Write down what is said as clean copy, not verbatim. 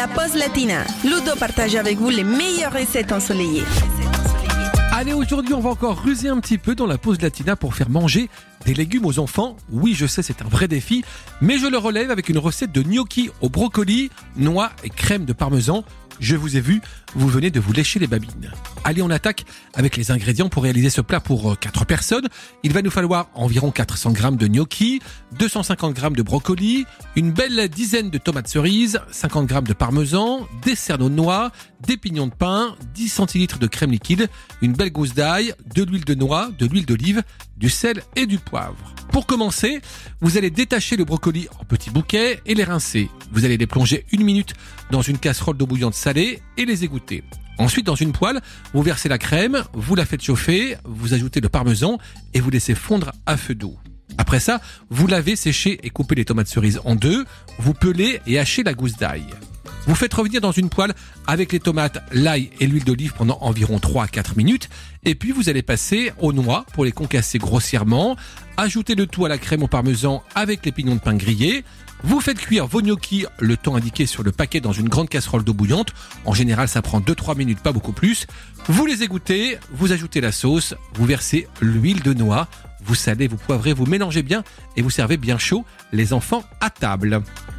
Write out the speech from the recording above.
la pause latina. Ludo partage avec vous les meilleures recettes ensoleillées. Allez, aujourd'hui, on va encore ruser un petit peu dans la pause latina pour faire manger des légumes aux enfants. Oui, je sais, c'est un vrai défi, mais je le relève avec une recette de gnocchi au brocoli, noix et crème de parmesan. Je vous ai vu, vous venez de vous lécher les babines. Allez, on attaque avec les ingrédients pour réaliser ce plat pour 4 personnes. Il va nous falloir environ 400 g de gnocchi, 250 g de brocoli, une belle dizaine de tomates cerises, 50 g de parmesan, des cerneaux de noix, des pignons de pain, 10 centilitres de crème liquide, une belle gousse d'ail, de l'huile de noix, de l'huile d'olive, du sel et du poivre. Pour commencer, vous allez détacher le brocoli en petits bouquets et les rincer. Vous allez les plonger 1 minute dans une casserole d'eau bouillante salée et les égoutter. Ensuite, dans une poêle, vous versez la crème, vous la faites chauffer, vous ajoutez le parmesan et vous laissez fondre à feu doux. Après ça, vous lavez, séchez et coupez les tomates cerises en deux, vous pelez et hachez la gousse d'ail. Vous faites revenir dans une poêle avec les tomates, l'ail et l'huile d'olive pendant environ 3 à 4 minutes. Et puis vous allez passer aux noix pour les concasser grossièrement. Ajoutez le tout à la crème au parmesan avec les pignons de pain grillés. Vous faites cuire vos gnocchis le temps indiqué sur le paquet dans une grande casserole d'eau bouillante. En général, ça prend 2-3 minutes, pas beaucoup plus. Vous les égouttez, vous ajoutez la sauce, vous versez l'huile de noix, vous salez, vous poivrez, vous mélangez bien et vous servez bien chaud les enfants à table.